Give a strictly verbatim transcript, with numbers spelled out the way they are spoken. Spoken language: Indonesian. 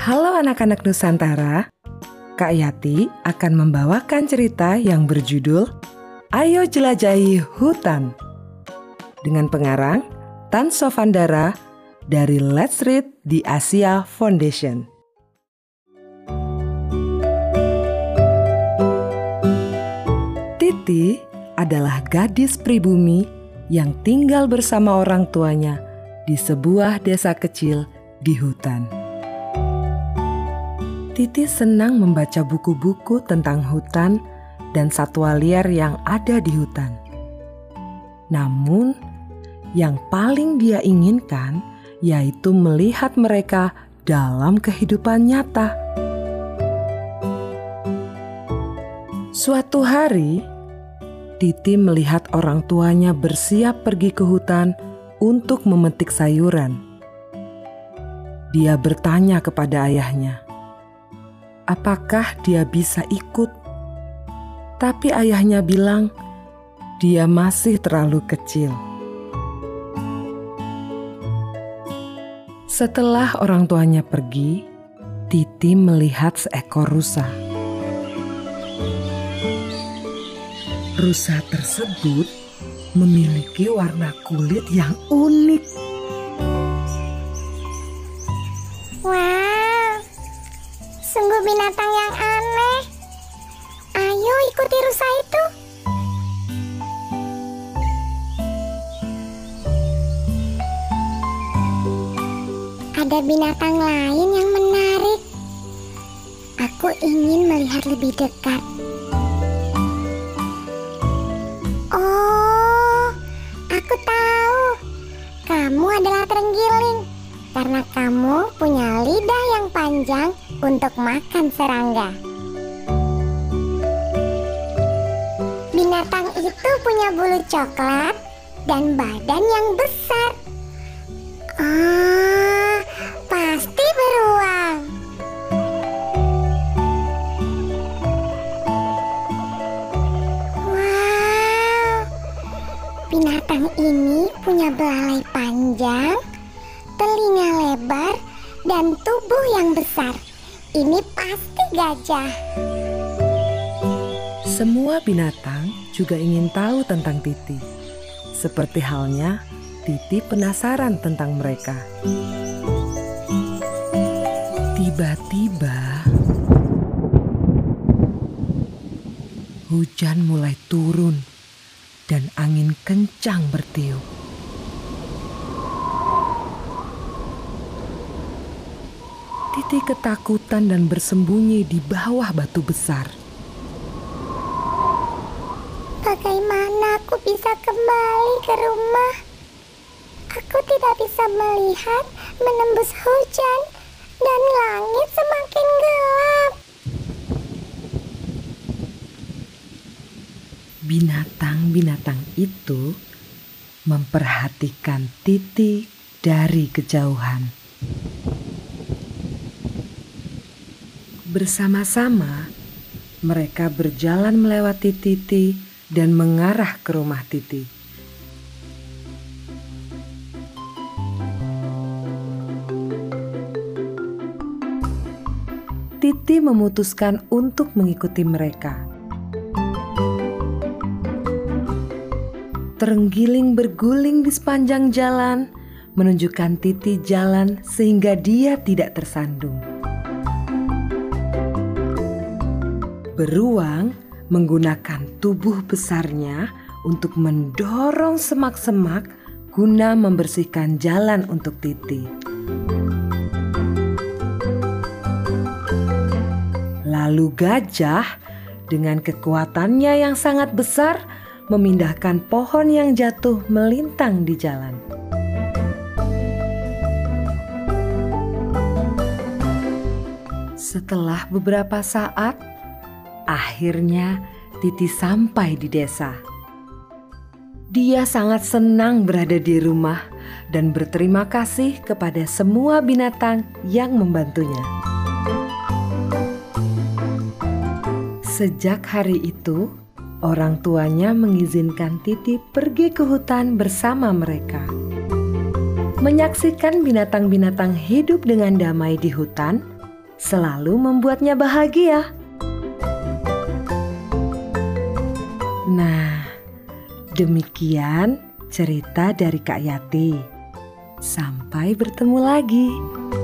Halo anak-anak Nusantara, Kak Yati akan membawakan cerita yang berjudul Ayo Jelajahi Hutan dengan pengarang Tan Sofandara dari Let's Read di Asia Foundation. Titi adalah gadis pribumi yang tinggal bersama orang tuanya di sebuah desa kecil di hutan. Titi senang membaca buku-buku tentang hutan dan satwa liar yang ada di hutan. Namun, yang paling dia inginkan yaitu melihat mereka dalam kehidupan nyata. Suatu hari, Titi melihat orang tuanya bersiap pergi ke hutan untuk memetik sayuran. Dia bertanya kepada ayahnya, apakah dia bisa ikut? Tapi ayahnya bilang, dia masih terlalu kecil. Setelah orang tuanya pergi, Titi melihat seekor rusa. Rusa tersebut memiliki warna kulit yang unik. Wow, sungguh binatang yang aneh. Ayo ikuti rusa itu. Ada binatang lain yang menarik. Aku ingin melihat lebih dekat. Oh, aku tahu. Kamu adalah terenggiling karena kamu punya lidah yang panjang untuk makan serangga. Binatang itu punya bulu coklat dan badan yang besar. Ah, pasti beruang. Wow, binatang ini punya belalai panjang, telinga lebar, dan tubuh yang besar. Ini pasti gajah. Semua binatang juga ingin tahu tentang Titi. Seperti halnya Titi penasaran tentang mereka. Tiba-tiba hujan mulai turun dan angin kencang bertiup. Titi ketakutan dan bersembunyi di bawah batu besar. Bagaimana aku bisa kembali ke rumah? Aku tidak bisa melihat menembus hujan dan langit semakin gelap. Binatang-binatang itu memperhatikan Titi dari kejauhan. Bersama-sama, mereka berjalan melewati Titi dan mengarah ke rumah Titi. Titi memutuskan untuk mengikuti mereka. Terenggiling berguling di sepanjang jalan, menunjukkan Titi jalan sehingga dia tidak tersandung. Beruang menggunakan tubuh besarnya untuk mendorong semak-semak guna membersihkan jalan untuk Titi. Lalu gajah dengan kekuatannya yang sangat besar memindahkan pohon yang jatuh melintang di jalan. Setelah beberapa saat, akhirnya Titi sampai di desa. Dia sangat senang berada di rumah dan berterima kasih kepada semua binatang yang membantunya. Sejak hari itu, orang tuanya mengizinkan Titi pergi ke hutan bersama mereka. Menyaksikan binatang-binatang hidup dengan damai di hutan selalu membuatnya bahagia. Nah, demikian cerita dari Kak Yati. Sampai bertemu lagi.